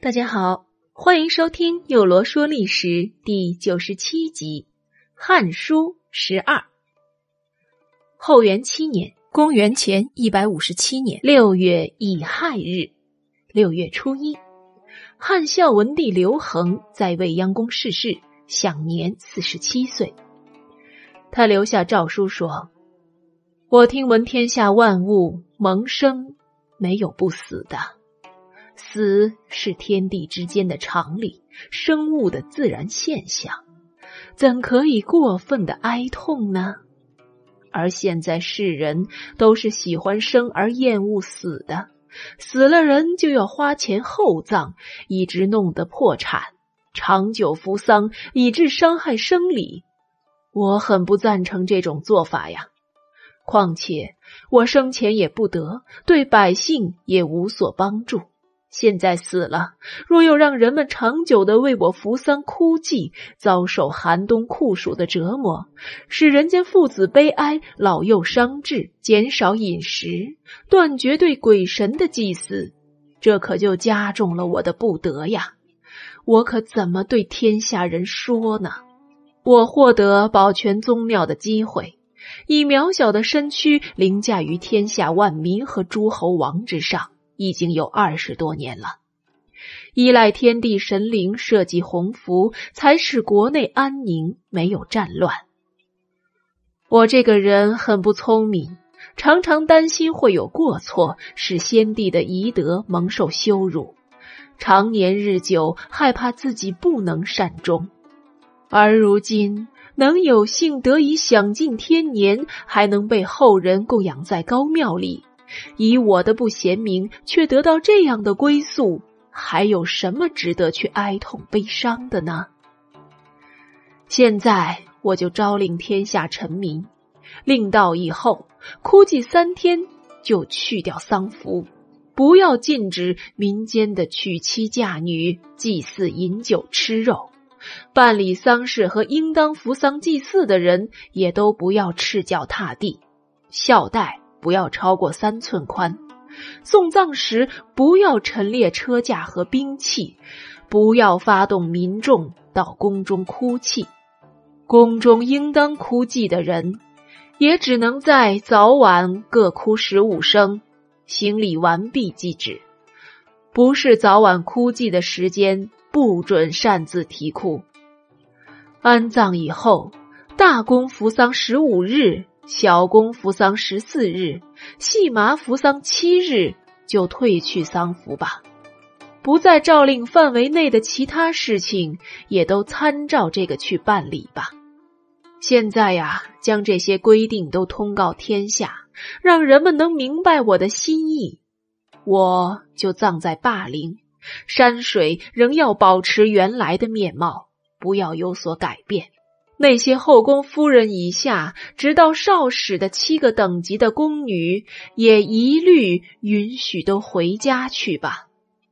大家好，欢迎收听幼罗说历史第97集《汉书12》。后元7年， 公元前157年 6月乙亥日，6月初1，汉孝文帝刘恒在未央宫逝世，享年47岁。他留下诏书说：我听闻天下万物萌生，没有不死的，死是天地之间的常理，生物的自然现象，怎可以过分的哀痛呢？而现在世人都是喜欢生而厌恶死的，死了人就要花钱厚葬，以致弄得破产，长久服丧，以致伤害生理。我很不赞成这种做法呀。况且我生前也不得，对百姓也无所帮助。现在死了，若又让人们长久地为我服丧哭泣，遭受寒冬酷暑的折磨，使人间父子悲哀，老幼伤志，减少饮食，断绝对鬼神的祭祀，这可就加重了我的不得呀。我可怎么对天下人说呢？我获得保全宗庙的机会，以渺小的身躯凌驾于天下万民和诸侯王之上，已经有20多年了。依赖天地神灵设计鸿福，才使国内安宁，没有战乱。我这个人很不聪明，常常担心会有过错，使先帝的遗德蒙受羞辱，常年日久，害怕自己不能善终。而如今能有幸得以享尽天年，还能被后人供养在高庙里，以我的不贤明却得到这样的归宿，还有什么值得去哀痛悲伤的呢？现在我就诏令天下臣民，令到以后哭祭3天就去掉丧服，不要禁止民间的娶妻嫁女、祭祀饮酒吃肉，办理丧事和应当服丧祭祀的人也都不要赤脚踏地，孝带不要超过3寸宽，送葬时不要陈列车架和兵器，不要发动民众到宫中哭泣。宫中应当哭祭的人，也只能在早晚各哭15声，行礼完毕即止。不是早晚哭祭的时间，不准擅自啼哭。安葬以后，大公服丧15日，小公服丧14日，细麻服丧7日，就退去丧服吧。不在诏令范围内的其他事情，也都参照这个去办理吧。现在呀，将这些规定都通告天下，让人们能明白我的心意。我就葬在霸陵，山水仍要保持原来的面貌，不要有所改变。那些后宫夫人以下，直到少使的7个等级的宫女，也一律允许都回家去吧。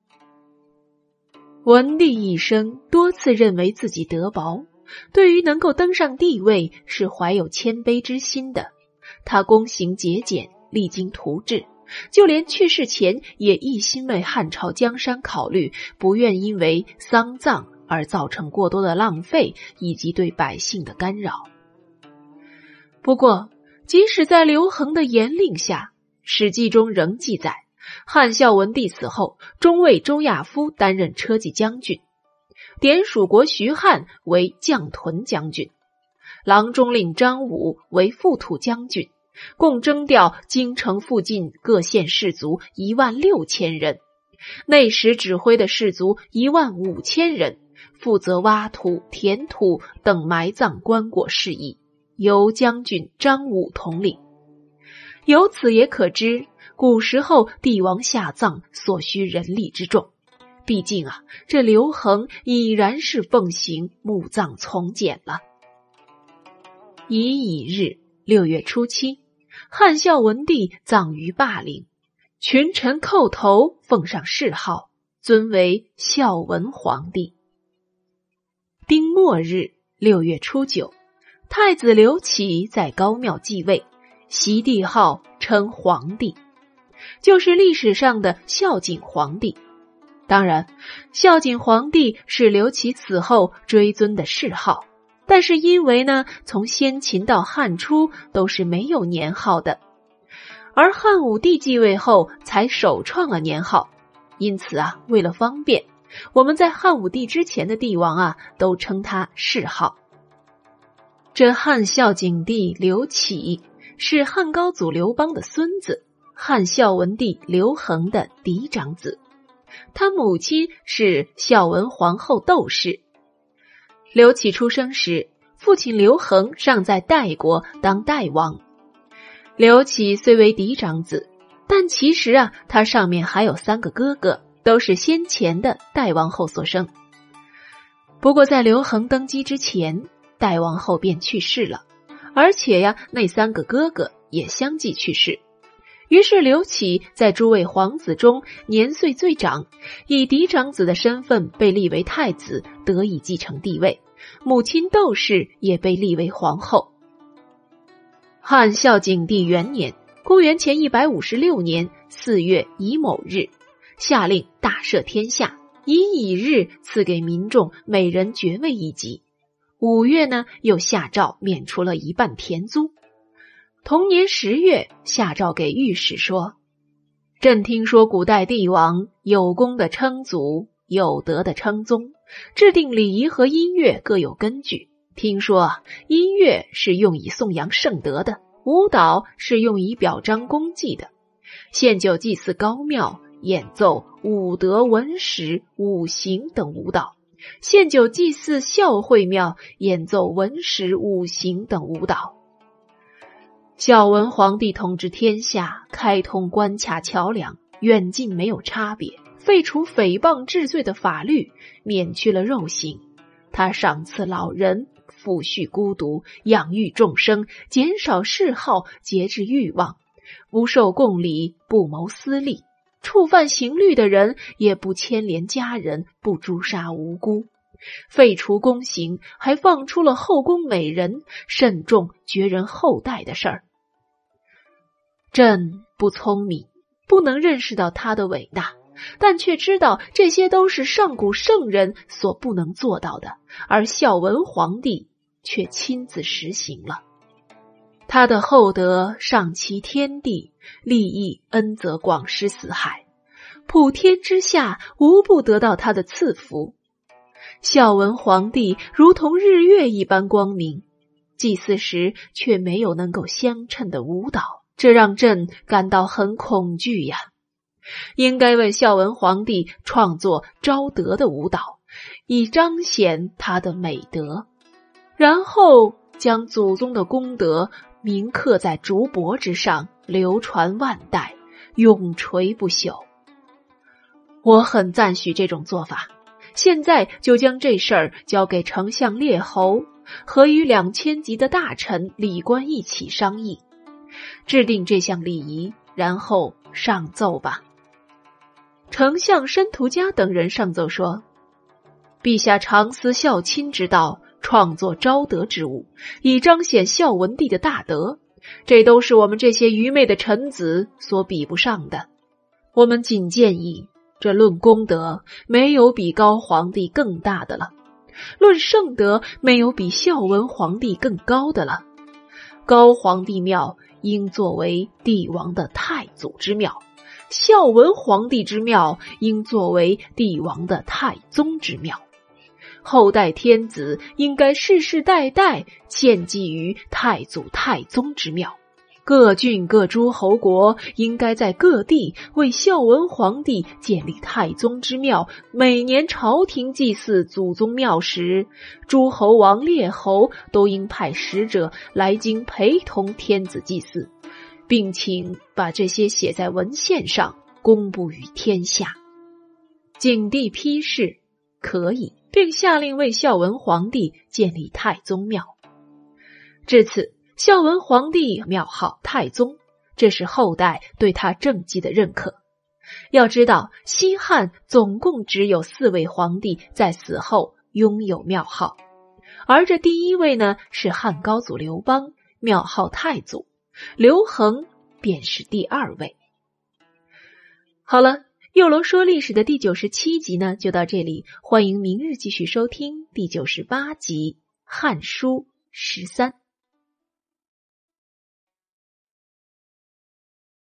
文帝一生多次认为自己德薄，对于能够登上帝位是怀有谦卑之心的。他躬行节俭，励精图治，就连去世前也一心为汉朝江山考虑，不愿因为丧葬而造成过多的浪费以及对百姓的干扰。不过即使在刘恒的严令下，史记中仍记载汉孝文帝死后，中尉周亚夫担任车骑将军，典属国徐汉为将屯将军，郎中令张武为副土将军，共征调京城附近各县士卒16000人，内史指挥的士卒15000人，负责挖土、填土等埋葬棺椁事宜，由将军张武统领。由此也可知，古时候帝王下葬所需人力之众。毕竟这刘恒已然是奉行墓葬从简了。乙日6月初7，汉孝文帝葬于霸陵，群臣叩头，奉上谥号，尊为孝文皇帝。丁末日6月初9，太子刘启在高庙继位，袭帝号称皇帝，就是历史上的孝景皇帝。 当然，孝景皇帝是刘启死后追尊的谥号，但是因为呢，从先秦到汉初都是没有年号的，而汉武帝继位后才首创了年号，因此啊，为了方便，我们在汉武帝之前的帝王啊，都称他谥号。这汉孝景帝刘启是汉高祖刘邦的孙子，汉孝文帝刘恒的嫡长子。他母亲是孝文皇后窦氏。刘启出生时，父亲刘恒尚在代国当代王。刘启虽为嫡长子，但其实啊，他上面还有3个哥哥，都是先前的代王后所生。不过在刘恒登基之前，代王后便去世了，而且呀，那3个哥哥也相继去世。于是刘启在诸位皇子中年岁最长，以嫡长子的身份被立为太子，得以继承帝位。母亲窦氏也被立为皇后。汉孝景帝元年，公元前156年4月乙卯日，下令大赦天下，以乙日赐给民众每人爵位1级。5月呢，又下诏免除了1半田租。同年10月，下诏给御史说：朕听说古代帝王有功的称祖，有德的称宗，制定礼仪和音乐各有根据。听说音乐是用以颂扬圣德的，舞蹈是用以表彰功绩的。现就祭祀高庙，演奏武德、文史、五行等舞蹈；现就祭祀孝惠庙，演奏文史、五行等舞蹈。孝文皇帝统治天下，开通关卡桥梁，远近没有差别，废除诽谤治罪的法律，免去了肉刑。他赏赐老人，抚恤孤独，养育众生，减少嗜好，节制欲望，不受供礼，不谋私利。触犯刑律的人也不牵连家人，不诛杀无辜。废除宫刑，还放出了后宫美人，慎重绝人后代的事儿。朕不聪明，不能认识到他的伟大，但却知道这些都是上古圣人所不能做到的，而孝文皇帝却亲自实行了。他的厚德上齐天地，利益恩泽广施四海，普天之下无不得到他的赐福。孝文皇帝如同日月一般光明，祭祀时却没有能够相称的舞蹈，这让朕感到很恐惧呀。应该为孝文皇帝创作昭德的舞蹈，以彰显他的美德，然后将祖宗的功德铭刻在竹帛之上，流传万代，永垂不朽。我很赞许这种做法，现在就将这事儿交给丞相列侯和与2000级的大臣礼官一起商议，制定这项礼仪，然后上奏吧。丞相申屠嘉等人上奏说：陛下常思孝亲之道，创作昭德之物，以彰显孝文帝的大德，这都是我们这些愚昧的臣子所比不上的。我们仅建议，这论功德，没有比高皇帝更大的了；论圣德，没有比孝文皇帝更高的了。高皇帝庙应作为帝王的太祖之庙，孝文皇帝之庙应作为帝王的太宗之庙。后代天子应该世世代代献祭于太祖太宗之庙，各郡各诸侯国应该在各地为孝文皇帝建立太宗之庙，每年朝廷祭祀祖宗庙时，诸侯王列侯都应派使者来京陪同天子祭祀，并请把这些写在文献上，公布于天下。景帝批示可以，并下令为孝文皇帝建立太宗庙。至此，孝文皇帝庙号太宗，这是后代对他政绩的认可。要知道，西汉总共只有4位皇帝在死后拥有庙号，而这第1位呢，是汉高祖刘邦，庙号太祖，刘恒便是第2位。好了， 幼龙说历史的第97集呢，就到这里，欢迎明日继续收听第98集《汉书13》。